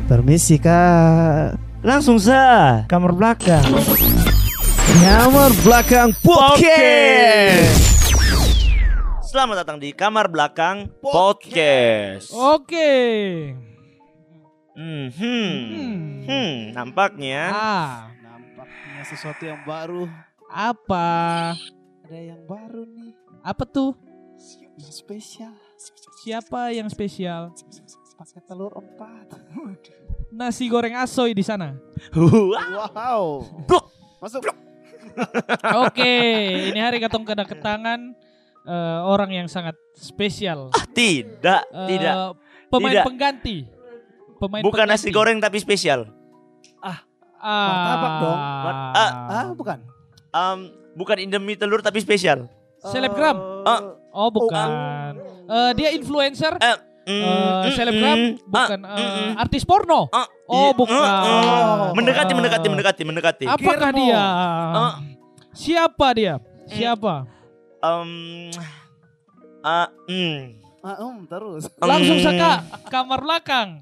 Permisi Kak. Langsung sa Kamar belakang. Kamar belakang podcast. Selamat datang di Kamar Belakang Podcast. Oke. Nampaknya Nampaknya sesuatu yang baru. Apa? Ada yang baru nih. Apa tuh? Yang spesial. Siapa yang spesial? Pakai telur 4. Nasi goreng asoy di sana. Wow. Masuk. Oke, ini hari katong kedatangan orang yang sangat spesial. Tidak. Pemain Tidak. pengganti. Bukan nasi goreng tapi spesial. Martabak dong. Bukan. Bukan Indomie telur tapi spesial. Selebgram. Oh, bukan. Dia influencer. Selebgram. Bukan. Artis porno. Oh, bukan. Mendekati. Apakah Girmo. dia? Siapa dia? Siapa? Terus. Langsung saka kamar belakang.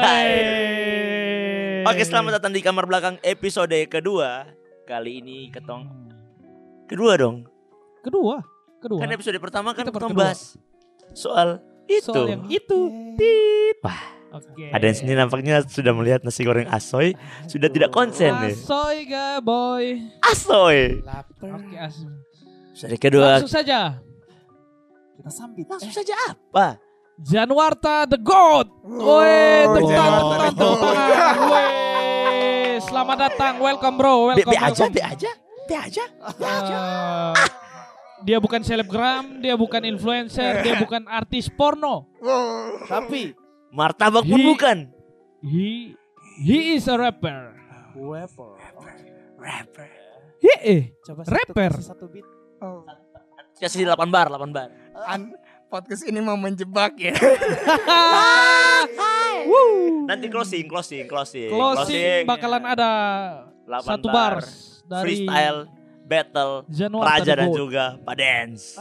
Wey. Oke, selamat datang di Kamar Belakang episode kedua. Kali ini ketong kedua dong. Kedua. Kan episode pertama kan Kita ketong kedua. bahas soal itu. Soal yang itu. Wah, Oke. ada yang sini nampaknya sudah melihat nasi goreng asoy, sudah tidak konsen nih. Asoy ga boy. Asoy. Lapar. Oke, Episode kedua. langsung saja. Kita sambit. Langsung saja apa? Januarta the God. Woi, tepuk Januarta tangan, tepuk tangan. Woi, selamat datang. Welcome bro. B Welcome. aja. Dia bukan selebgram, dia bukan influencer, dia bukan artis porno. Tapi Martabak pun bukan. He is a rapper. Rapper. coba Rapper. satu beat. Kasih 8 bar. Podcast ini mau menjebak ya. Nanti closing. Closing bakalan ada 8 satu bar dari freestyle, battle, Januarta Raja the dan God. juga Pak Dance.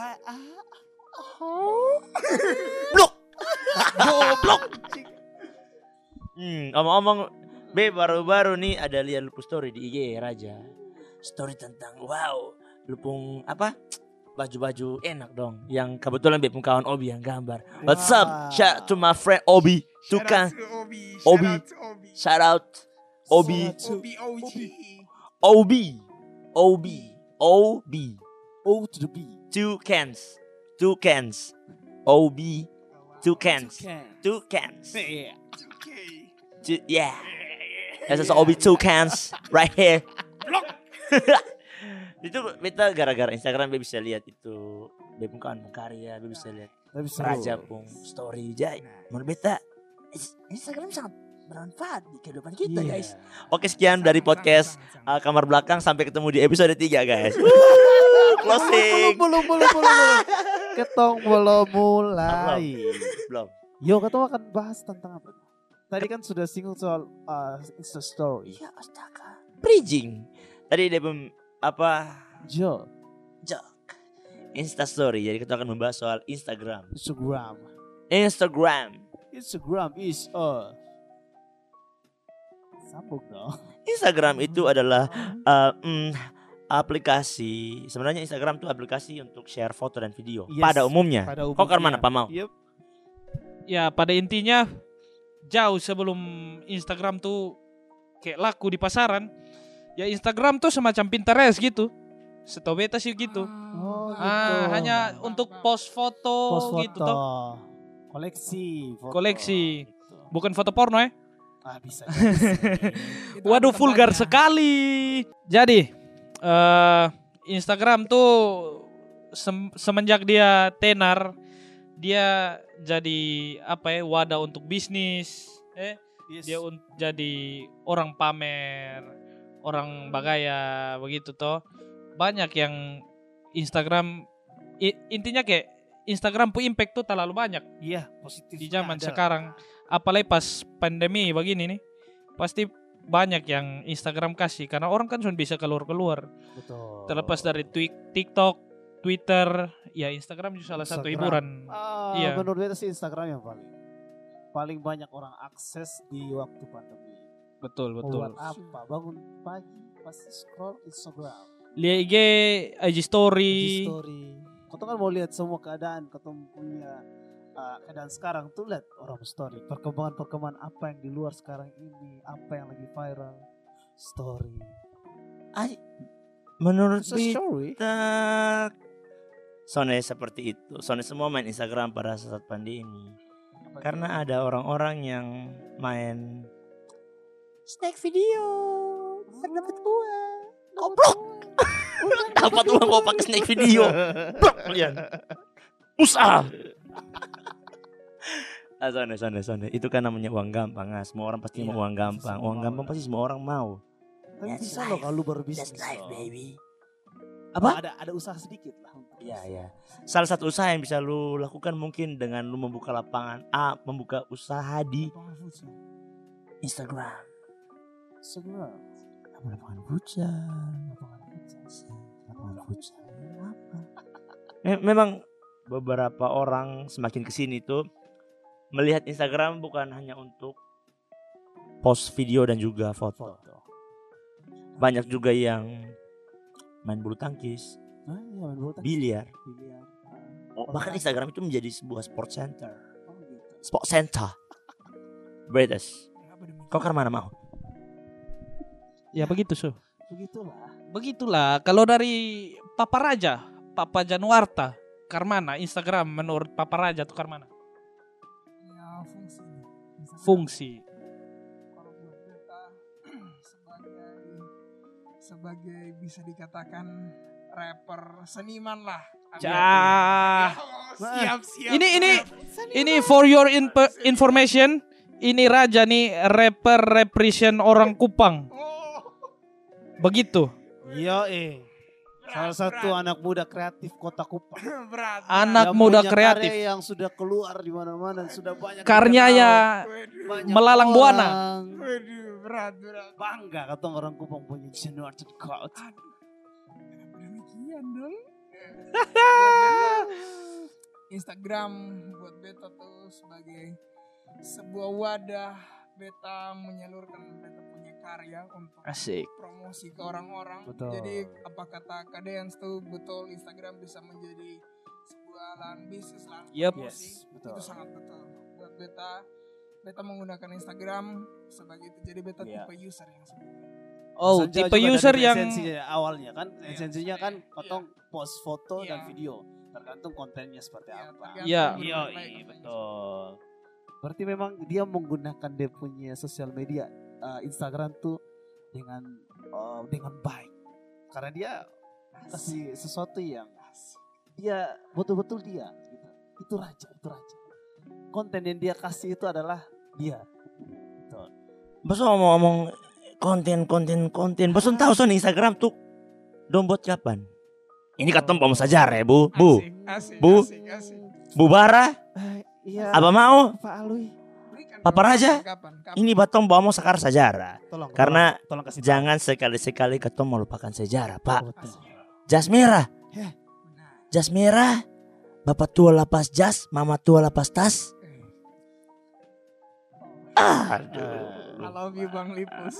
Blok. Goblok. Ngomong-ngomong, baru-baru nih ada lihat Lupus story di IG Raja. Story tentang lupung apa? Baju-baju enak dong. Yang kebetulan Beb kawan Obi yang gambar. What's up? Shout out to my friend Obi. Tukang Obi. Shout out Obi. Obi. O to the B. Two cans. Obi. Two cans. Yeah. Yeah. That's Obi two cans right here. Itu beta gara-gara Instagram Beb bisa lihat itu Beb kawan karya, Beb bisa lihat Tapi seru. Raja pun story jay. Menurut beta Instagram sangat bermanfaat di kehidupan kita guys. Oke, sekian dari podcast Kamar Belakang, sampai ketemu di episode 3 guys. Closing. Belum. Ketong belum mulai. Belum. Yo, ketong akan bahas tentang apa? Tadi kan sudah singgung soal Insta Story. Ya astaga. Bridging. Tadi dia Jo, joke. Insta story. Jadi kita akan membahas soal Instagram. Instagram is sambung dong. Instagram itu adalah aplikasi. Sebenarnya Instagram itu aplikasi untuk share foto dan video. Yes, Pada umumnya. Kok karena iya. Pak Mau? Yep. Ya pada intinya jauh sebelum Instagram tuh kayak laku di pasaran. Ya Instagram tuh semacam Pinterest gitu. Setahu beta sih gitu. Oh, gitu. Hanya untuk post foto, Post foto. gitu toh. Koleksi foto. Koleksi. Gitu. Bukan foto porno ya. Bisa. Waduh, vulgar sekali. Jadi Instagram tuh semenjak dia tenar, dia jadi wadah untuk bisnis. Yes. Dia jadi orang pamer, orang bagaya begitu toh. Banyak yang Instagram intinya kayak Instagram pu impact tuh terlalu banyak Iya, positif di zaman ada. sekarang. Apalagi pas pandemi begini nih, pasti banyak yang Instagram kasih karena orang kan cuma bisa keluar-keluar. Betul. Terlepas dari TikTok, Twitter, ya Instagram juga salah satu Instagram. hiburan. Iya. Menurut beta sih Instagram yang paling paling banyak orang akses di waktu pandemi. Betul, betul. Buat apa? Bangun pagi pasti scroll Instagram, Lihat IG story. story. Kau tuh kan mau lihat semua keadaan, kau tuh punya keadaan sekarang tuh lihat orang story. Perkembangan apa yang di luar sekarang ini, apa yang lagi viral, story. Menurut It's a story. kita Sone seperti itu. Sone semua main Instagram pada saat pandemi. Karena ada orang-orang yang main snack video. Dapat uang. Goblok. Dapat uang kok pakai snack video. Blok kalian. Usaha. Sone. Itu kan namanya uang gampang. Semua orang pasti mau uang gampang. Uang gampang pasti semua orang mau. Tapi That's bisa loh life. kalau baru bisnis. That's life, loh. baby. Apa? Ada usaha sedikit lah. Iya. Salah satu usaha yang bisa lu lakukan mungkin dengan lu membuka membuka usaha di Instagram. Segera. Lapangan futsal. Memang beberapa orang semakin kesini tuh melihat Instagram bukan hanya untuk post video dan juga foto. Banyak juga yang main bulu tangkis, biliar. Bahkan Instagram itu menjadi sebuah sport center. Sport center. British. Kau kan mana mau? Ya begitu Begitulah. Begitulah. Kalau dari Papa Januarta, Karmana, Instagram menurut Papa Raja tuh Karmana? Ya Fungsi. Kalau buat beta sebagai bisa dikatakan rapper seniman lah. Cah. Siap. Ini for your information, ini Raja nih rapper represent orang Kupang. Begitu. Iya salah satu anak muda kreatif Kota Kupang. Berat. Anak Yang muda punya kreatif. karya yang sudah keluar di mana-mana, sudah banyak Karyanya banyak melalang buana. orang. Waduh, berat. Bangga katong orang Kupang punya Januar Cekot. Demikian dong. Instagram buat beta tuh sebagai sebuah wadah beta menyalurkan beta punya karya untuk Asik. promosi ke orang-orang. Betul. Jadi apa kata Kadens tuh betul, Instagram bisa menjadi sebuah lahan bisnis, lahan Yep. promosi. Yes, betul. Itu sangat betul. Buat beta menggunakan Instagram sebagai itu. Jadi beta Iya. tipe user yang sebenarnya. Oh, Senja tipe juga user dari yang esensinya awalnya kan, Iya, esensinya kan iya. potong post foto dan Iya. video, tergantung kontennya seperti Iya, apa. tergantung Iya. berbagai konten. betul. Berarti memang dia menggunakan dia punya sosial media Instagram tuh dengan baik, karena dia kasih sesuatu yang dia betul-betul dia gitu. Itu raja. Konten yang dia kasih itu adalah dia. Betul. Baso ngomong konten. Baso tahu son Instagram tuh dombot kapan? Ini katong mau saja ya bu. Asik, Bu. asik. Bu Bara, Iya. apa mau? Pak Alwi, Berikan Papa dong, Raja? kapan? Ini batong bawa mau sakar sejarah. tolong. Karena tolong kasih Jangan sekali-sekali katong melupakan sejarah, Pak. tahu. Jas merah. Benar. Jas merah. Bapak tua lapas jas, mama tua lapas tas. Aduh. I love you Bang Lipus.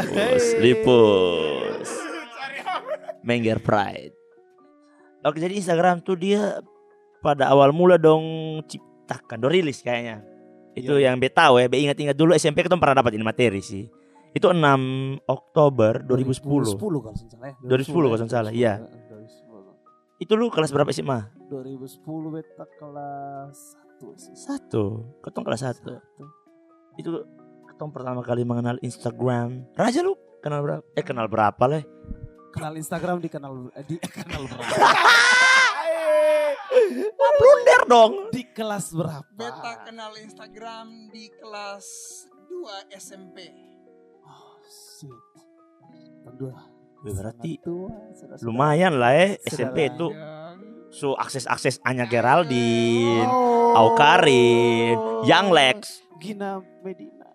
Lipus. Mengger Pride. Oke, jadi Instagram tuh dia pada awal mula dong ciptakan, rilis kayaknya. Itu yang beta tahu ya, ingat-ingat dulu SMP kita pernah dapat ini materi sih. Itu 6 Oktober 2010. 2010 kalau salah ya. 2010 kalau salah, iya. 2010. Itu lu kelas berapa SMA? 2010 beta kelas 1 sih. 1. Ketong kelas 1. Itu ketong pertama kali mengenal Instagram. Raja lu kenal berapa? Kenal berapa lah? Kenal Instagram di kenal berapa? Blunder dong. Di kelas berapa? Beta kenal Instagram di kelas 2 SMP. Oh, shit. Kedua. Berarti Tua, sudah- lumayan lah Sudah SMP lah. itu. Yang So akses Anya Geraldine, Oh. Aukarin, Young Lex. Gina Medina.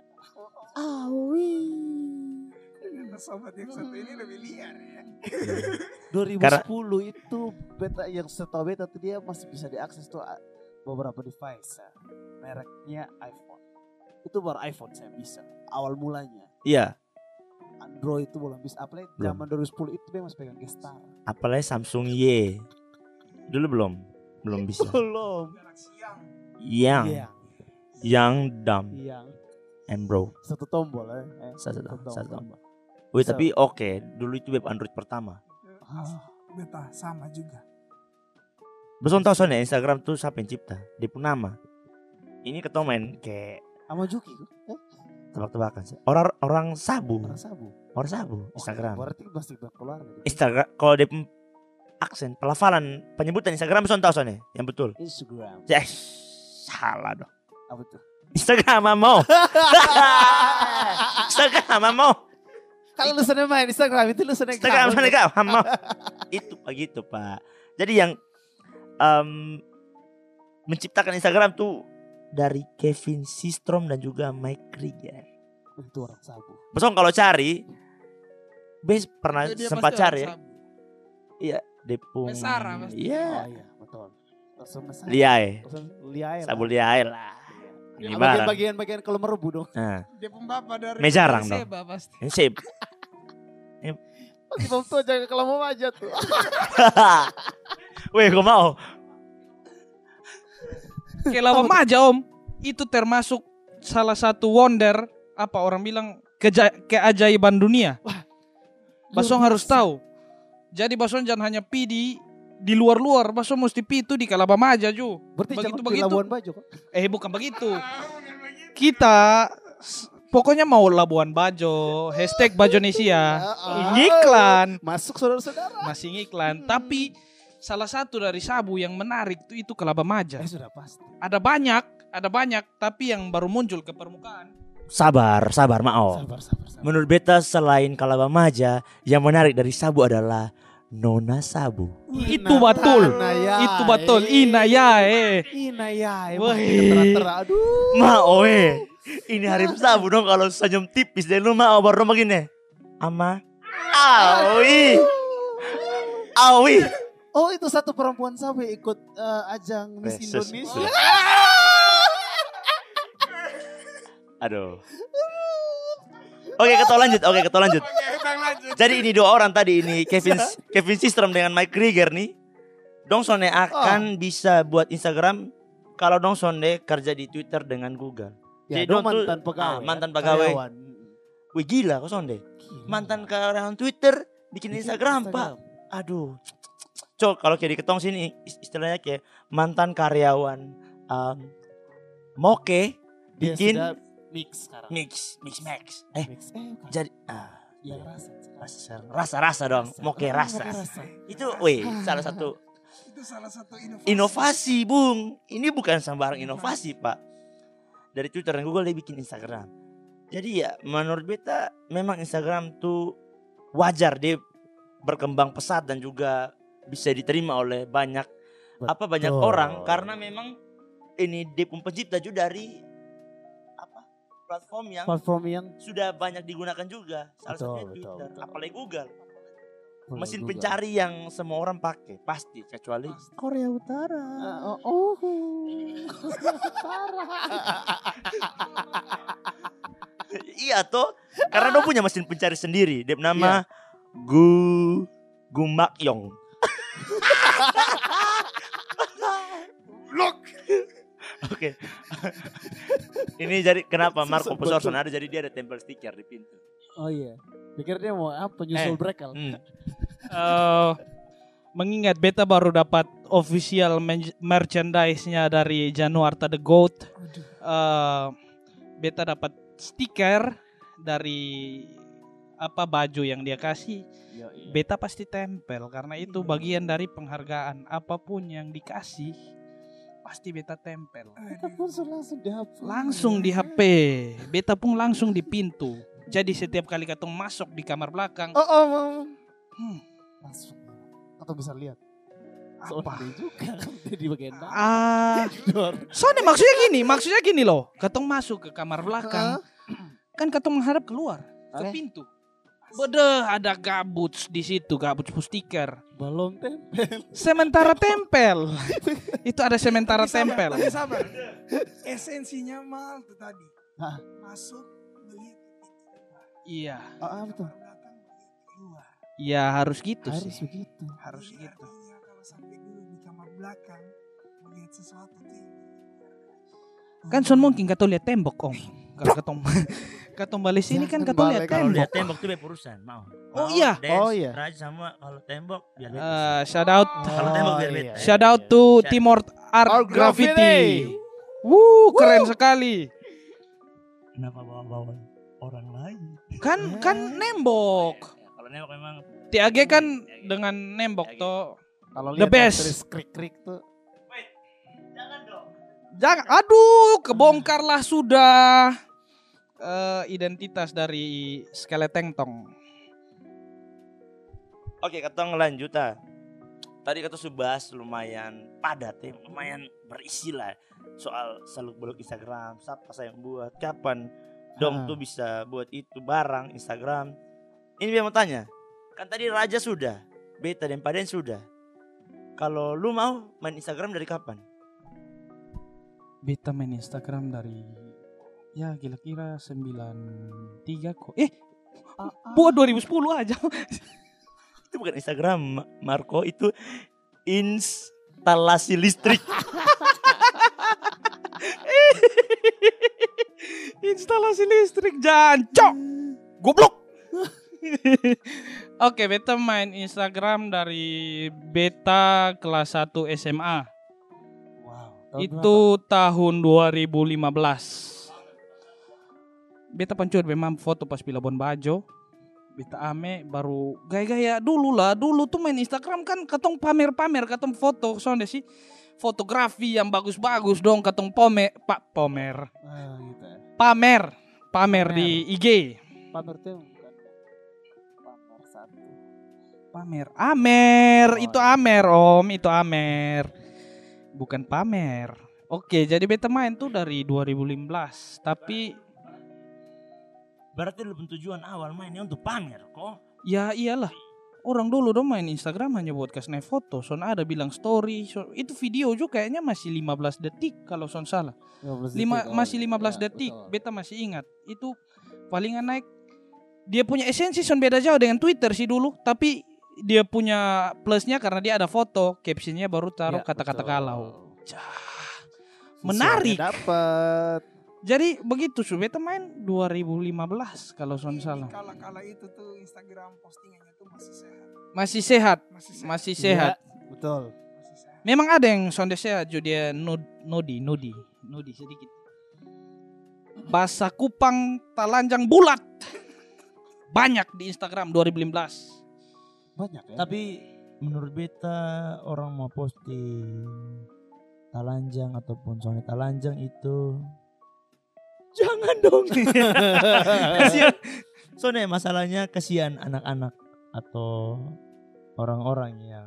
ternyata sobat yang satu ini lebih liar ya. 2010 itu beta yang setahu beta tuh dia masih bisa diakses tuh beberapa device ya. Mereknya iPhone. itu baru iPhone saya bisa. Awal mulanya. Iya, Android itu belum bisa. Apalagi Belum. zaman 2010 itu dia masih pegang gestar. apalagi Samsung Y. Dulu belum bisa. Belum. Galaxy yang Yang Iya. yang dumb Yang and bro. satu tombol Satu tombol. tombol. Wih, tapi oke, dulu itu web Android pertama. Ah, beta sama juga. Besok tahu soalnya Instagram tuh siapa yang cipta? Dia pun nama. Ini ketemu main kayak sama Juki tuh. tebak-tebakan sih. Orang sabu. Orang sabu. Orang sabu Instagram. Berarti pasti berkeluar gitu. Instagram kalau dia aksen pelafalan penyebutan Instagram besok tahu soalnya yang betul. Instagram. Ya, salah dong. Apa tuh? Instagram mau. Instagram mau. Kalau lu seneng main Instagram itu lu seneng Instagram kamu. Instagram mau. Itu begitu, Pak. Jadi yang menciptakan Instagram tuh dari Kevin Systrom dan juga Mike Krieger. Itu orang sabu. Besok kalau cari Bes pernah Dia sempat pasti cari orang ya. sabu. Iya, Depung. Mesara pasti. Iya. Oh iya, betul. Langsung mesra. Liae. Langsung liae. Sabu liae lah. Ini barang. Bagian-bagian kalau merebu dong. Nah, Dia pembapak dari Mejarang dari dong. Seba pasti. ini sip. Pasti bang tuh jangan kalau mau aja tuh. Weh, gue mau. Kayak lama aja om. Itu termasuk salah satu wonder. Apa orang bilang keajaiban dunia. Basong harus tahu. Jadi Basong jangan hanya pi di luar-luar. Basong mesti pi itu di Kalabamaja ju. Berarti Begitu, jangan di begitu. Labuan Bajo kok. Bukan begitu. Kita pokoknya mau Labuan Bajo, hashtag Bajonesia, iklan, Masuk saudara-saudara. masih iklan. Tapi salah satu dari sabu yang menarik itu Kalabamaja. Sudah pasti. Ada banyak, tapi yang baru muncul ke permukaan. Sabar mau. Sabar. Menurut beta selain Kalabamaja, yang menarik dari Sabu adalah Nona Sabu. Itu betul. Itu betul. Inayae. Inayae. Wah. Tera-tera. Aduh. Mau ini Harif Sabu dong kalau senyum tipis deh lu mau baru begini. Ama. Awi. Oh itu satu perempuan sampai ikut ajang Miss Beses. Indonesia. Aduh. Oke, kita lanjut. Jadi ini dua orang tadi ini Kevin Systrom dengan Mike Krieger nih. Dong Sonde akan bisa buat Instagram kalau Dong Sonde kerja di Twitter dengan Google. Ya, Jadi dong dong tuh mantan pegawai. mantan pegawai. Karyawan. Wih gila kok Sonde. Mantan karyawan Twitter bikin Instagram, Pak. Aduh. Cok kalau kayak di ketong sini istilahnya kayak mantan karyawan moke Dia bikin sudah mix sekarang. mix. Mix. Bukan. Jadi Ya, rasa dong, moke rasa. Itu wih salah satu Itu salah satu inovasi, Bung. Ini bukan sembarang inovasi, Pak. Dari Twitter dan Google dia bikin Instagram. Jadi ya menurut beta memang Instagram tuh wajar dia berkembang pesat dan juga bisa diterima oleh banyak orang karena memang ini dia pun pencipta juga dari platform yang sudah banyak digunakan juga. Salah satunya Twitter, apalagi Google. Mesin pencari yang semua orang pakai pasti kecuali Korea Utara. Iya toh, karena dia punya mesin pencari sendiri. Dia nama Gumakyong. Oke. Ini jadi kenapa Marco Pesorson ada jadi dia ada tempel stiker di pintu. Oh iya. Pikir dia mau apa nyusul brekel. Mengingat beta baru dapat official merchandise-nya dari Januarta the Goat. Beta dapat stiker dari baju yang dia kasih. Beta pasti tempel karena itu bagian dari penghargaan. Apapun yang dikasih pasti beta tempel. Kita pun langsung di HP. Langsung di HP. Beta pun langsung di pintu. Jadi setiap kali katong masuk di kamar belakang. Langsung. Atau bisa lihat. Apa? Juga di bagian Soalnya maksudnya gini loh. Katong masuk ke kamar belakang. Kan katong menghadap keluar ke pintu. Bede ada gabuts di situ, gabuts stiker. Belum tempel. Sementara tempel. Itu ada sementara tempel. Tapi sabar. Esensinya mal tuh tadi. Hah? masuk melihat Iya. Betul. belakang melihat keluar. Iya harus gitu Harus sih. begitu. Harus Jadi gitu. artinya kalau sampai dulu di kamar belakang melihat sesuatu tuh yang Kan son mungkin katong lihat tembok om. Kalau katong katong balik sini kan Jangan katong lihat balik. Kalau tembok. lihat tembok tuh berurusan mau. Oh, Mau, iya. dance, Oh, iya. Raj sama kalau tembok biar bete. Shout out Kalau tembok biar bete. shout out to Timor Art Art Graffiti. Graffiti. Keren sekali. Kenapa bawa-bawa orang lain? Kan nembok. Kalau nembok memang TAG kan dengan nembok toh. Kalau The lihat yang best. tulis krik-krik tuh. Jangan, aduh, kebongkarlah sudah identitas dari Skeleteng. Oke, katong lanjut ah. Tadi kata sudah bahas lumayan padat ya, lumayan berisi lah soal seluk-beluk Instagram, siapa saya yang buat, kapan dong tuh bisa buat itu barang Instagram. Ini dia mau tanya, kan tadi Raja sudah, Beta dan Paden sudah. Kalau lu mau main Instagram dari kapan? Beta main Instagram dari ya kira-kira 93 kok. Buat 2010 aja. Itu bukan Instagram, Marco, itu instalasi listrik. Instalasi listrik jancok. Goblok. Oke, beta main Instagram dari beta kelas 1 SMA. Wow. Itu tahun 2015. Beta pancur memang foto pas Pilabon Bajo. Beta ame baru gaya-gaya dulu lah. Dulu tuh main Instagram kan katong pamer-pamer, katong foto soalnya sih fotografi yang bagus-bagus dong, katong pamer Gitu ya. pamer di IG. Pamer tuh bukan pamer satu. Amer, itu Amer om, itu Amer. Bukan pamer. Oke, jadi beta main tuh dari 2015, tapi Berarti lu tujuan awal mainnya untuk pamer kok? ya iyalah. Orang dulu dong main Instagram hanya buat kasih foto. Son ada bilang story. Itu video juga kayaknya masih 15 detik kalau son salah. 15 detik, Masih 15 ya, detik. betul. Beta masih ingat. Itu palingan naik. Dia punya esensi son beda jauh dengan Twitter sih dulu. Tapi dia punya plusnya karena dia ada foto. Captionnya baru taruh Ya, kata-kata betul. galau. Menarik. Visualnya dapet. Jadi begitu su beta main 2015 kalau son salah. Kala-kala itu tuh Instagram postingannya tuh masih sehat. Masih sehat. Masih sehat. Masih sehat. Iya, betul. Masih sehat. Memang ada yang sonde sehat juga dia nudi sedikit. Bahasa Kupang telanjang bulat. Banyak di Instagram 2015. Banyak ya. Tapi menurut Beta orang mau posting talanjang ataupun soalnya talanjang itu jangan dong. Kasihan. Soalnya masalahnya kasihan anak-anak atau orang-orang yang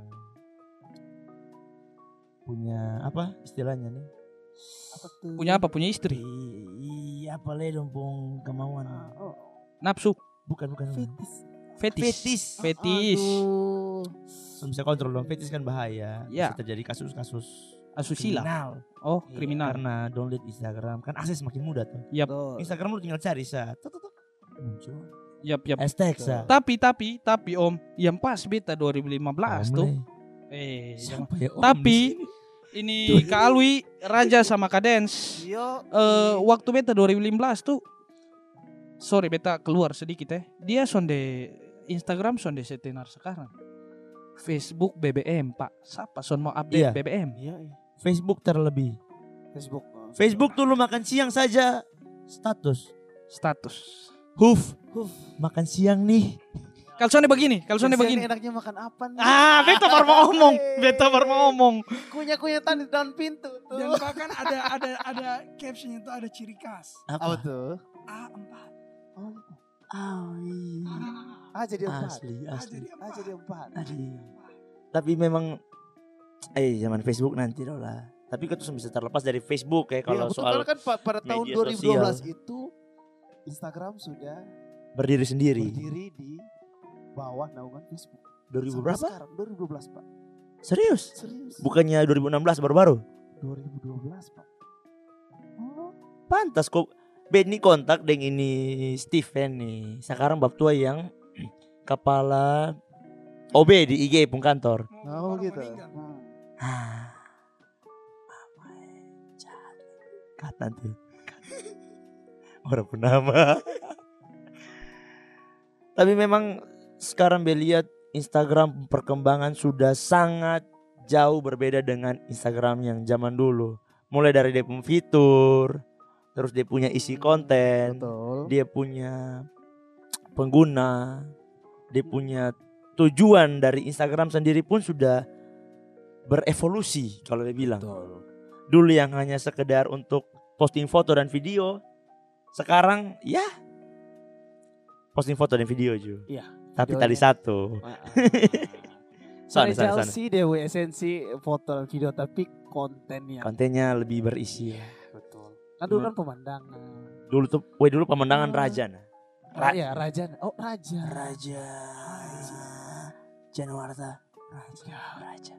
punya apa istilahnya nih? Apa tuh? Punya apa? Punya istri. Iya, apa le dong pung kemauan. Nafsu. Bukan. Fetis. Fetis. Aduh. So, bisa kontrol dong, fetis kan bahaya. Ya. Bisa terjadi kasus-kasus Asusila. kriminal. Oh, Iya, kriminal. Karena download Instagram kan akses makin mudah tuh. Yap. Betul. Instagram lu tinggal cari muncul. Yap. Hashtag sa. Tapi Om, yang pas beta 2015 tuh. Siapa ya, Om Tapi di sini? ini Kak Alwi, Raja sama Kak Dens. Yo. Waktu beta 2015 tuh, sorry beta keluar sedikit ya. Dia sonde Instagram sonde setenar sekarang. Facebook BBM Pak. Siapa son mau update Iya. BBM? Iya. Facebook terlebih. Facebook. Facebook tuh lu makan siang saja status. Status. Huf, makan siang nih. Kalau sonde begini. Enaknya makan apa nih? Beta baru mau ngomong. Kunyah tadi depan pintu tuh. Dan bahkan ada captionnya tuh ada ciri khas. Apa tuh? A4. Jadi empat. Asli. Jadi empat. Aduh. Tapi memang zaman Facebook nanti lah. Tapi kan tuh bisa terlepas dari Facebook ya kalau Betul, soal karena kan pada tahun media 2012 sosial. itu Instagram sudah berdiri sendiri. berdiri di bawah naungan Facebook. 2000 Sampai berapa? Sekarang 2012 Pak. Serius? Serius. Bukannya 2016 baru-baru? 2012 Pak. Pantas kok Ben ini kontak dengan ini Steven nih. Sekarang bab tua yang kepala OB di IG pun kantor. Oh Baru gitu. meninggal. Kata tuh. Orang bernama. Tapi memang sekarang lihat Instagram perkembangan sudah sangat jauh berbeda dengan Instagram yang zaman dulu. Mulai dari dia punya fitur, terus dia punya isi konten, Betul. dia punya pengguna, dia punya tujuan dari Instagram sendiri pun sudah berevolusi kalau dia bilang. Betul. Dulu yang hanya sekedar untuk posting foto dan video, sekarang ya posting foto dan video juga. Iya. Tapi videonya. tadi satu. Sana. Jauh sih dewe esensi foto dan video tapi kontennya. Kontennya lebih berisi. Betul. Kan dulu kan pemandangan. Dulu pemandangan raja nah. Iya, Raja. Oh, Raja. Raja. Januarta. Raja.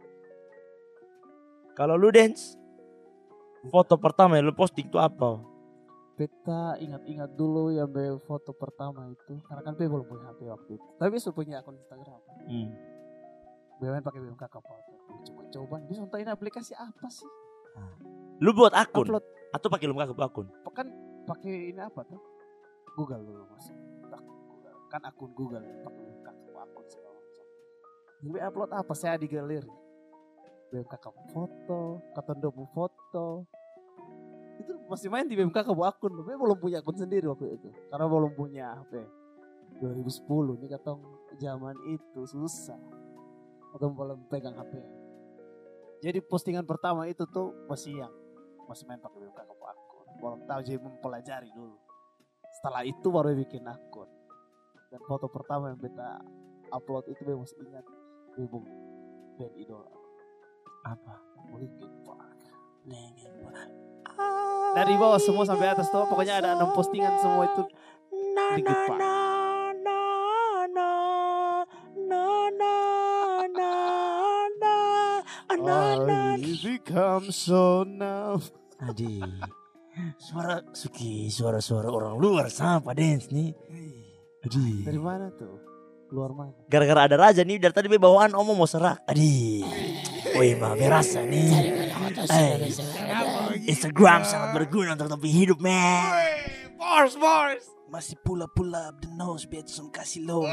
Kalau lu dance, foto pertama yang lu posting itu apa? Beta ingat-ingat dulu yang foto pertama itu. Karena kan Beta belum punya HP waktu itu. Tapi sudah punya akun Instagram. Beta pakai BMKK foto. Coba-coba. Bisa untuk ini aplikasi apa sih? Lu buat akun? Upload. Atau pakai lu akun? Kan pakai ini apa tuh? Google dulu masuk. Google. Kan akun Google pakai BMKK akun segala macam. Jadi upload apa? Saya di galeri. BMKK foto, Katondobu foto. Itu masih main di BMKK akun. Tapi belum punya akun sendiri waktu itu. Karena belum punya HP. 2010 nih katong zaman itu susah. Atau belum pegang HP. Jadi postingan pertama itu tuh masih main pakai BMKK akun. Belum tahu jadi mempelajari dulu. Setelah itu baru bikin akun. Dan foto pertama yang beta upload itu beta masih ingat. Band idola. Apa? Linkin Park. Dari bawah semua sampai atas tuh pokoknya ada 6 postingan semua itu Linkin Park. I become so numb. Adi, suara orang luar sama dance nih. Adi. Dari mana tuh? Luar mana? Gara-gara ada raja nih dari tadi bawaan omong mau serak. Adi. Woi mah berasa nih. Instagram sangat berguna untuk topik hidup man. Bars. Masih pula up the nose biar some kasih lows.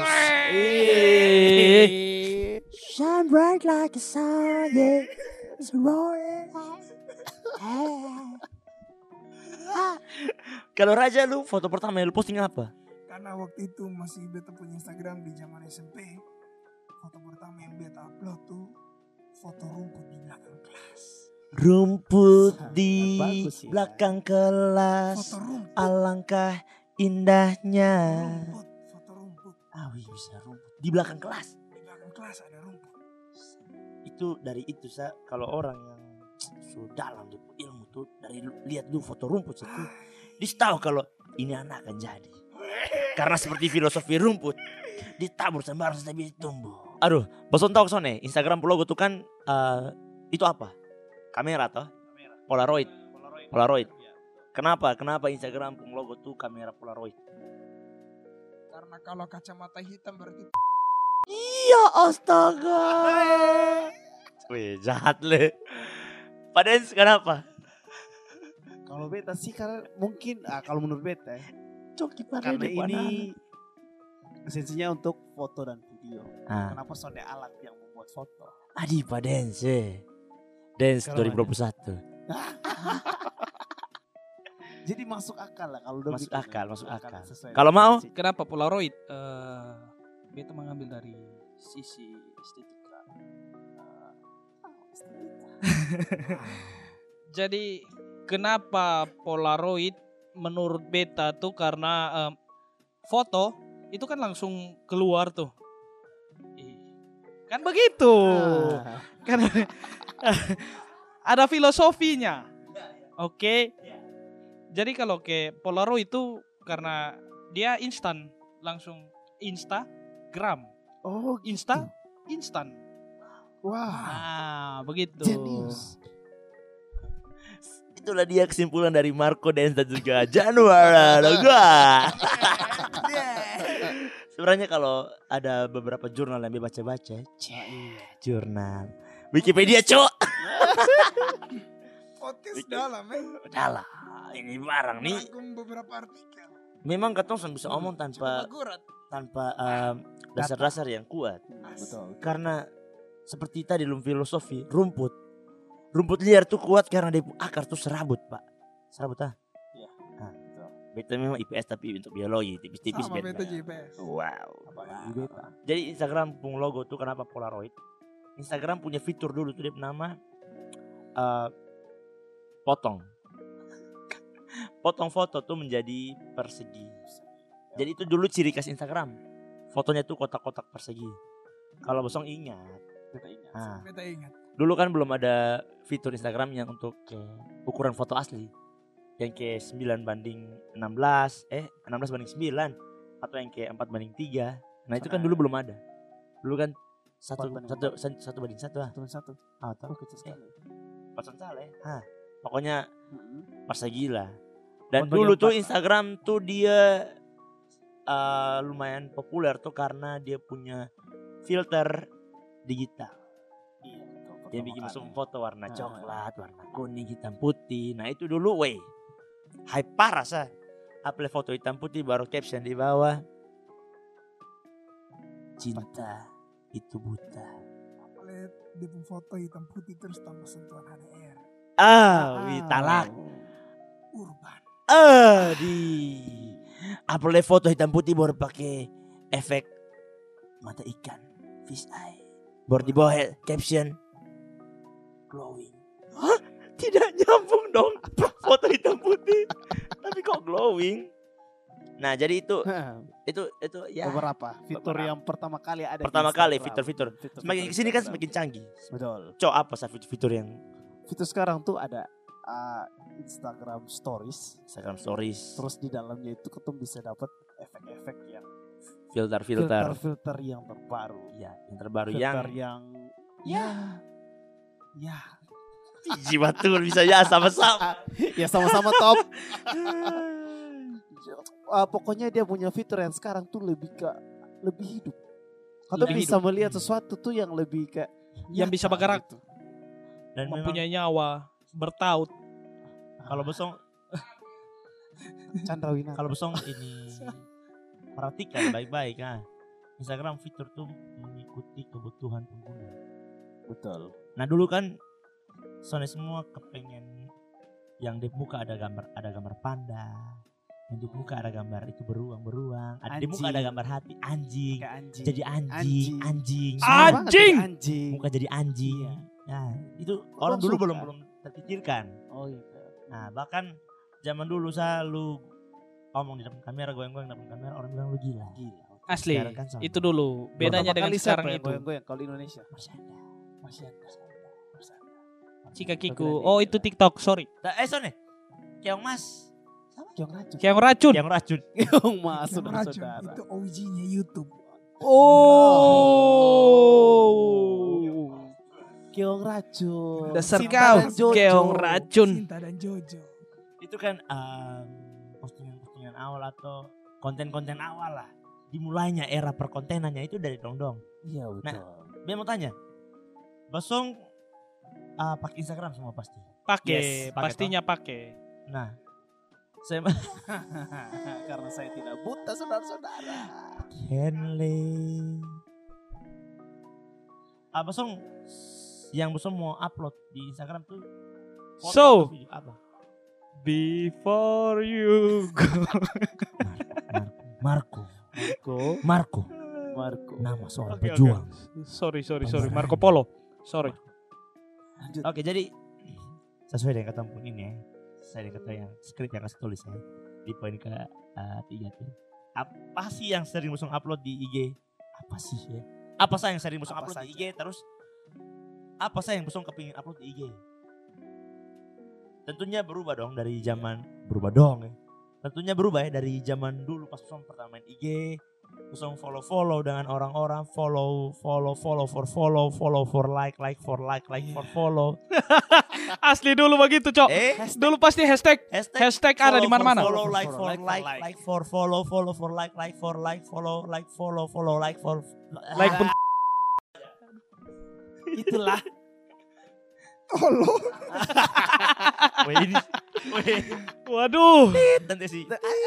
Shine bright like a sun, yeah. It's roaring. Kalau Raja lu foto pertama yang lu posting apa? Karena waktu itu masih beta punya Instagram di zaman SMP. Foto pertama yang beta upload tuh foto rumput di belakang kelas. Rumput di Bagus ya. belakang kelas. Foto rumput. Alangkah indahnya. Foto rumput. Wih bisa rumput di belakang kelas. Di belakang kelas ada rumput. Itu dari itu kalau orang yang sudah dalam ilmu tuh dari lihat dulu foto rumput itu dia tahu kalau ini anak akan jadi. Karena seperti filosofi rumput ditabur sembarang sampai bisa tumbuh. Aduh, bosan tahu kesana Instagram logo tuh kan itu apa? Kamera toh? Polaroid. Kenapa Instagram logo tuh kamera Polaroid? Karena kalau kacamata hitam berarti Iya astaga. Wih jahat le. Padahal kenapa? Kalau beta sih karena mungkin kalau menurut beta ya, Coki karena ini esensinya untuk foto dan video. Kenapa soalnya alat yang membuat foto? Adi Pak Dance. Dance Kalau 2021. Jadi masuk akal lah kalau udah Masuk bikin. akal, masuk akal. Sesuai Kalau mau? esensi. Kenapa Polaroid? Beta mengambil dari sisi estetika. Jadi kenapa Polaroid menurut beta tuh karena foto itu kan langsung keluar tuh. Kan begitu. Kan ada filosofinya. Oke. Jadi kalau ke Polaroid itu karena dia instan, langsung Instagram. Oh, Instan. wah. Nah, begitu. Genius. Itulah dia kesimpulan dari Marco dan juga Januari. Gua. Sebenarnya kalau ada beberapa jurnal yang baca-baca, jurnal Wikipedia, Cok. Podcast dalam Udahlah, ini barang nih. Rangkum beberapa artikel. Memang katong bisa omong tanpa dasar-dasar yang kuat. Betul. Karena seperti tadi dalam filosofi, rumput liar tuh kuat karena dia akar tuh serabut, Pak. Serabut Iya. Nah, beta memang IPS tapi untuk biologi tipis-tipis Sama beta. beta JPS. Wow. Apalagi beta. Jadi Instagram pun logo tuh kenapa Polaroid? Instagram punya fitur dulu tuh dia nama potong. Potong foto tuh menjadi persegi. Jadi itu dulu ciri khas Instagram. Fotonya tuh kotak-kotak persegi. Kalau bosong ingat. Beta ingat. Nah, Beta ingat. dulu kan belum ada fitur Instagram yang untuk ukuran foto asli. Yang kayak 9:16, 16:9 atau yang kayak 4:3. Nah, itu kan dulu belum ada. Dulu kan 1:1 lah. Turun satu. Ah, tahu Kecil sekali. pasang salah ya. Hah, pokoknya persegi lah. Dan Fotonya dulu tuh 4. Instagram tuh dia lumayan populer tuh karena dia punya filter digital. Iya, betul. Yang bikin langsung foto warna Nah. coklat, warna kuning, hitam putih. Nah itu dulu hype parah sah. Upload foto hitam putih baru caption di bawah. Cinta itu buta. Lihat dia pun foto hitam putih terus tambah sentuhan HDR. Talak. Urban. Di upload foto hitam putih baru pakai efek mata ikan, fish eye. Baru di bawah caption glowing. Hah? Tidak nyambung dong. Foto hitam putih tapi kok glowing. Nah, jadi itu ya Beberapa fitur yang pertama kali ada. pertama di kali Instagram. fitur-fitur. Fitur-fitur Semakin kesini kan Instagram. semakin canggih. Betul. Cok apa sih fitur-fitur yang Fitur sekarang tuh ada Instagram Stories. Instagram Stories, Terus di dalamnya itu ketemu bisa dapat efek-efek yang filter-filter. filter yang terbaru. Ya, yang terbaru Filter yang ya jiwa tuh bisa ya sama-sama. ya sama-sama top. Pokoknya dia punya fitur yang sekarang tuh lebih hidup. Kau Lebih bisa melihat sesuatu tuh yang lebih Yang bisa nyata bergerak. gitu. Dan memang Mempunyai nyawa, bertaut. kalau besong Chandra Winata. kalau besong ini perhatikan baik-baik Instagram fitur tuh mengikuti kebutuhan pengguna. Betul. Nah dulu kan soalnya semua kepengen yang di muka ada gambar panda, yang di muka ada gambar itu beruang, ada di muka ada gambar hati anjing, Kayak anjing. jadi anjing. Semua banget Anjing! jadi anjing. Muka jadi anjing. Iya. Nah itu orang dulu suka? belum terpikirkan. Oh iya. Nah bahkan zaman dulu lu ngomong di depan kamera, goyang-goyang di depan kamera, orang bilang lu gila. Asli, Sekarang kan sama. itu dulu. Bedanya Pertama dengan kali sekarang siapa yang itu. goyang-goyang kalau di Indonesia? Masih ada. Cika Kiku. Oh itu TikTok, sorry. Sone. Keong Mas. Kiong Racun. Keong racun. Keong racun. Kiong Mas, Yang racun saudara. itu OG-nya YouTube. Oh. Kiong Racun. Dasar Sinta kau, dan Jojo. Keong racun. Sinta dan Jojo. Itu kan postingan-postingan awal atau konten-konten awal lah. Dimulainya era perkontenannya itu dari dong-dong. Iya betul. Nah, Dia mau tanya. Basong pakai Instagram semua pasti. Pakai, Yes, pakai pastinya pakai. Nah, saya Karena saya tidak buta saudara-saudara. Henley. Basong yang Basong mau upload di Instagram tuh foto So. atau video apa? Before you go. Marco. Marco. Nama seorang Oke, pejuang. Sorry. Marco Polo. Sorry. Lanjut. Oke, jadi sesuai dengan kata pun ini ya. Sesuai dengan kata yang skrip yang kasih tulis ya. Di poin ke 3 tuh. Apa sih yang sering Busung upload di IG? Apa sih ya? Apa sih yang sering Busung Apa upload saja? di IG? Terus apa sih yang Busung kepingin upload di IG? Tentunya berubah dong dari zaman Tentunya berubah ya dari zaman dulu pas Busung pertama main IG Kosong follow dengan orang-orang, follow for like for follow. Asli dulu begitu, Cok. Dulu pasti hashtag ada di mana-mana. Follow like for follow for like for Like pun itulah. Tolong. waduh. Nanti sih.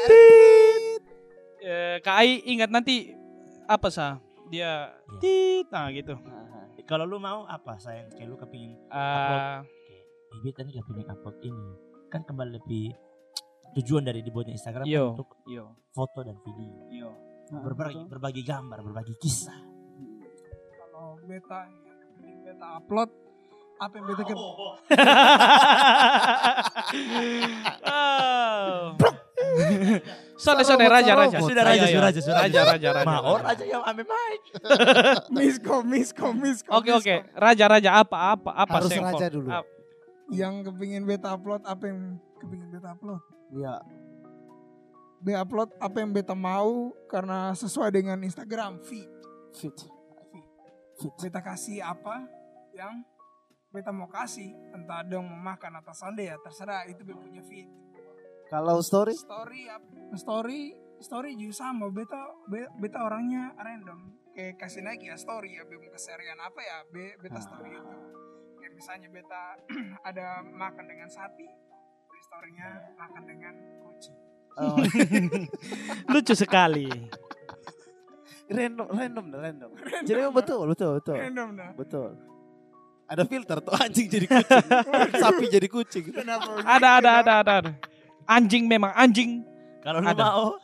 Kak Ai ingat nanti apa sah? Dia tit nah gitu. Kalau lu mau apa sayang? Kayak lu kepingin Ah, Bibi tadi kepingin upload ini. Kan kembali lebih tujuan dari dibuatnya Instagram Yo. untuk yo. foto dan video. Yo. Berbagi gambar, berbagi kisah. Kalau beta yang beta upload, apa yang beta Sone raja. Sudah raja. Mau raja yang ame mic. miskom. Oke. Raja apa Harus Sengkol? raja dulu. Yang kepingin beta upload, apa yang kepingin beta upload? Iya. Beta upload apa yang beta mau karena sesuai dengan Instagram feed. Fit. Beta kasih apa yang beta mau kasih, entah dong mau makan atau sande ya terserah, itu beta punya feed. Kalau story? Story juga sama, beta orangnya random, kayak kasih naik ya story ya, beta keseharian apa ya, beta story itu. Kayak misalnya beta ada makan dengan sapi, storynya makan dengan kucing. Oh. Lucu sekali. random. Jadi betul. Random dah. Betul. Ada filter tuh anjing jadi kucing, sapi jadi kucing. Kenapa? Ada. Anjing memang anjing. Kalau lu Ada. mau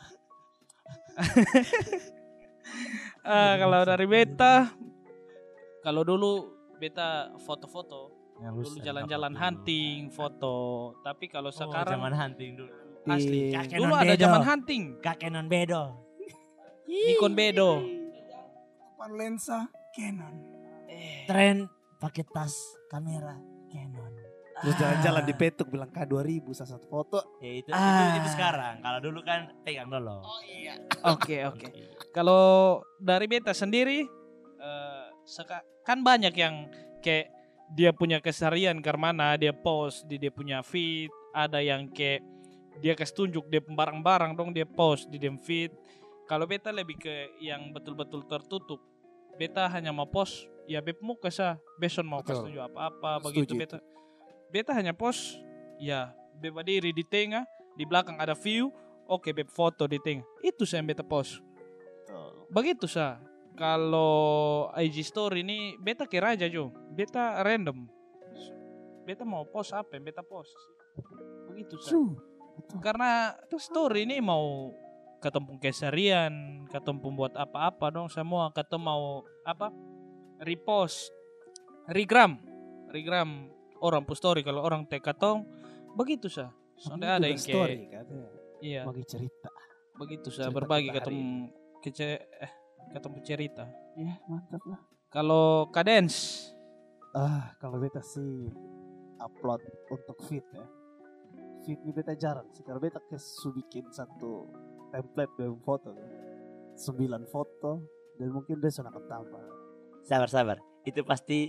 Kalau dari beta, kalau dulu beta foto-foto, dulu jalan-jalan hunting, foto. Tapi kalau sekarang zaman hunting dulu. asli, Kakek dulu non ada bedo. zaman hunting, Kakek non bedo. Nikon Bedo. Depan lensa Canon. Tren pakai tas kamera Canon. Terus jalan-jalan di petuk bilang K2000 salah satu foto. Ya itu sekarang. Kalau dulu kan pegang dulu. Oke. Kalau dari beta sendiri, kan banyak yang kayak dia punya keseharian karena dia post di dia punya feed. Ada yang kayak dia kasih tunjuk dia barang-barang dong dia post di dia feed. Kalau beta lebih ke yang betul-betul tertutup. Beta hanya mau post ya beb muka sah. Beson mau kasih tunjuk apa-apa begitu Setuju beta hanya post ya beb berdiri di tengah, di belakang ada view. Oke beb foto di tengah. Itu saya yang beta post. Begitu sah. Kalau IG story ini beta kira aja Jo. Beta random. Beta mau post apa yang beta post. Begitu sah. Karena story ini mau ketemu keseharian, ketemu buat apa-apa dong semua, ketemu mau apa? Repost, regram orang post story kalau orang tag katong begitu sah. Soalnya ada yang story kayak katanya. iya. Bagi cerita. Begitu saya Cerita berbagi kita hari ketemu cerita. Ya, mantap lah. Kalau Kadens Kalau beta sih upload untuk feed ya. Feed ini beta jarang sih. Kalau beta bikin satu template dengan foto. 9 foto dan mungkin besok akan tambah. Sabar. Itu pasti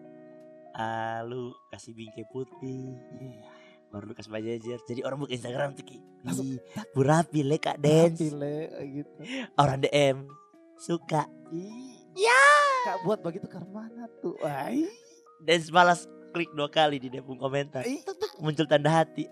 lu kasih bingkai putih. Baru lu kasih bajajer. Jadi orang buka Instagram tuh Langsung rapi le Kak Dance. Pile gitu. Orang DM suka. Ya. Kak buat begitu karena mana tuh? Dance balas klik 2 kali di depung komentar. Muncul tanda hati.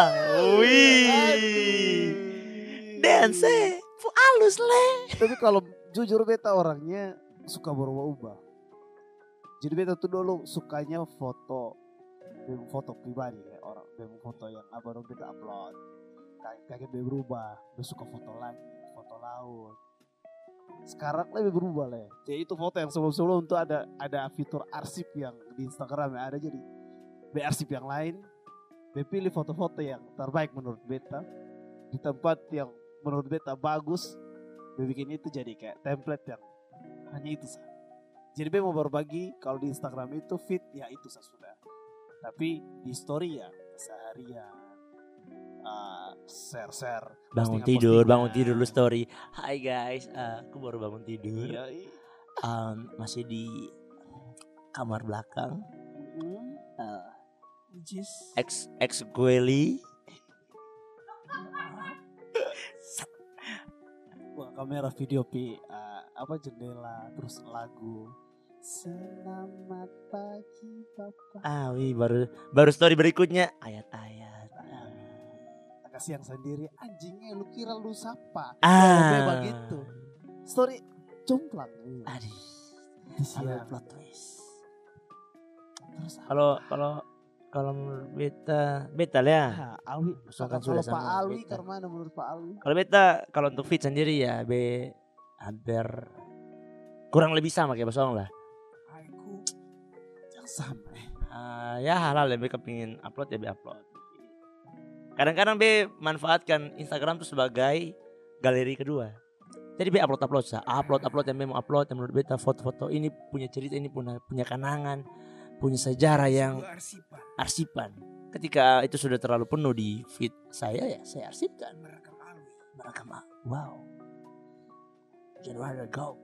Dance halus le. Tapi kalau jujur beta orangnya suka berubah-ubah. Jadi beta tuh dulu sukanya foto pribadi ya, orang foto yang baru beta upload. Kayak dia berubah, dia suka foto lagi, foto laut. Sekarang lebih berubah lah. Jadi itu foto yang sebelum-sebelum tuh ada fitur arsip yang di Instagram yang ada, jadi arsip yang lain. Dia pilih foto-foto yang terbaik menurut beta di tempat yang menurut beta bagus. Dia bikin itu jadi kayak template yang hanya itu saja. Jadi beta mau berbagi kalau di Instagram itu feed ya itu sudah. Tapi di story ya keseharian, share Bangun postingan-postingan. tidur lu story. Hai guys, aku baru bangun tidur. Iya. Masih di kamar belakang. Ex Gueli. Wah, kamera video jendela terus lagu Selamat pagi Bapak. Wih, baru story berikutnya ayat-ayat. Agak siang sendiri, anjingnya lu kira lu siapa? Ah. Begitu. Story jomplang. Aduh. Siap. Plot twist. Terus Kalau menurut beta lah ya. Alwi, Misalkan kalau sudah Pak sama Alwi, beta. karena menurut Pak Alwi. Kalau beta kalau untuk fit sendiri ya hampir kurang lebih sama kayak Basong lah. Aku Yang sama. Ya hal-hal yang beta kepingin upload ya be upload. Kadang-kadang be manfaatkan Instagram tuh sebagai galeri kedua. Jadi be upload yang be mau upload yang menurut beta foto-foto ini punya cerita, ini punya kenangan, punya sejarah yang sebuah arsipan. Ketika itu sudah terlalu penuh di feed saya arsipkan. Merekam wow. January go.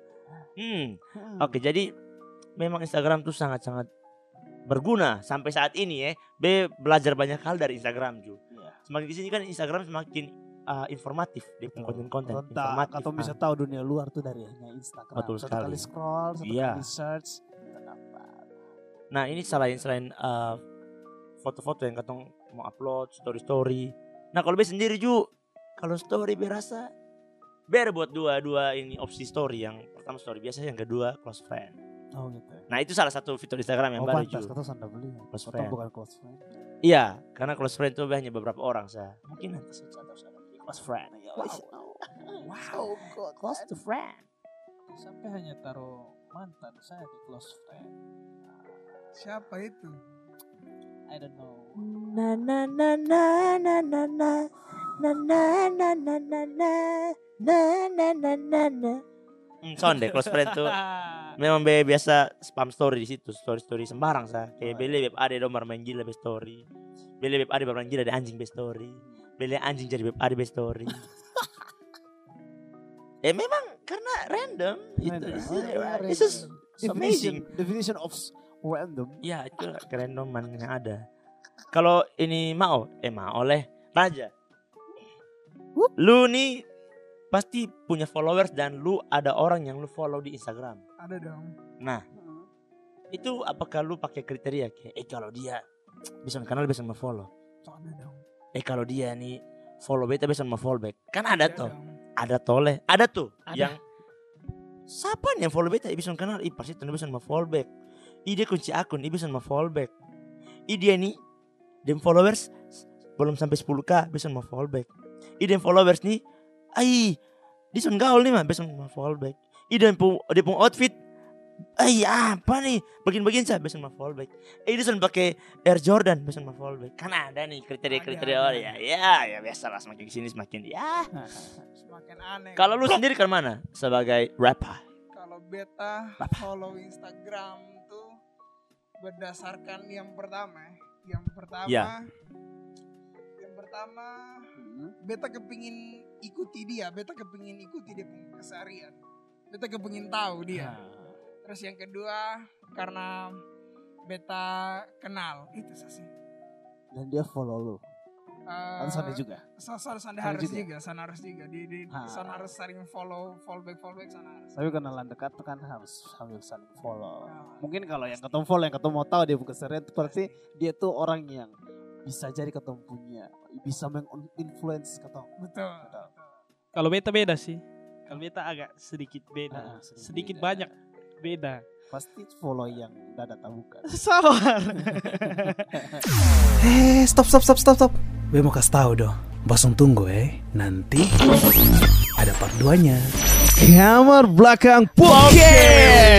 Oke, jadi memang Instagram tuh sangat-sangat berguna sampai saat ini ya. Be belajar banyak hal dari Instagram juga. Iya. Semakin kesini kan Instagram semakin informatif, dia punya konten-konten Kontak informatif. atau bisa tahu dunia luar tuh dari hanya Instagram. Betul Satu sekali. kali scroll, satu Iya. kali search. Kenapa? Nah ini selain foto-foto yang katong mau upload, story. Nah kalau be sendiri Ju, kalau story be rasa be ada buat dua ini opsi story. Yang pertama story biasa, yang kedua close friend. Oh gitu. Nah itu salah satu fitur Instagram yang baru Pantas Ju. kata sanda beli. Close Atau friend. bukan close friend. Iya, karena close friend itu hanya beberapa orang saya. Mungkin nanti saya harus ada di close friend. Wow, God. Close to friend. Sampai hanya taruh mantan saya di close friend. siapa itu? I don't know. Na na na na na na na na na na na na na na na. Sound deh close friend tuh. Memang be biasa spam story di situ, story sembarang sa. Kayak beli beb ada domar main gila be story. Beli beb ada bermain gila ada anjing be story. Beli anjing jadi beb ada be story. Memang karena random itu. It's just amazing. Definition of random. Ya itu kerandoman yang ada. Kalau ini mau oleh Raja. Lu nih pasti punya followers dan lu ada orang yang lu follow di Instagram. Ada dong. Nah, itu apakah lu pakai kriteria kayak kalau dia bisa kenal bisa follow. Ada dong. Kalau dia nih follow beta bisa follow back. Kan ada tuh. dong. Ada toleh. Ada tuh Ada. yang siapa nih yang follow beta bisa kenal pasti tuh bisa follow back. Dia kunci akun bisa follow back. Dia nih dem followers belum sampai 10k bisa follow back. Dem followers nih dia sun gaul nih mah bisa follow back. Dia pun outfit apa nih bagian-bagian saya bisa follow back. Dia sun pakai Air Jordan bisa follow back. Kan ada nih kriteria-kriteria Ada. oh ya biasalah semakin kesini semakin Semakin aneh. Kalau lu sendiri ke mana sebagai rapper? Kalau beta follow Instagram tuh berdasarkan yang pertama. Yang pertama beta kepingin ikuti dia punya keseharian. Beta kepingin tahu dia. Terus yang kedua karena beta kenal itu sih. Dan dia follow lu. Atau Sandi juga. Sandi harus juga. Sana harus sering follow back sana harus. Tapi kenalan dekat tuh kan harus sambil saling follow. Mungkin kalau yang ketemu follow, yang ketemu mau tahu dia bukan seret, berarti dia tuh orang yang bisa jadi ketemu punya, bisa menginfluence ketemu. Betul. Kalau beta beda sih. Kalau beta agak sedikit beda. Sedikit Sedikit beda. banyak beda. Pasti follow yang dada tabukan. Sabar. Stop. Gue mau kasih tahu dong. Basung tunggu nanti ada part 2-nya. Kamar Belakang Podcast.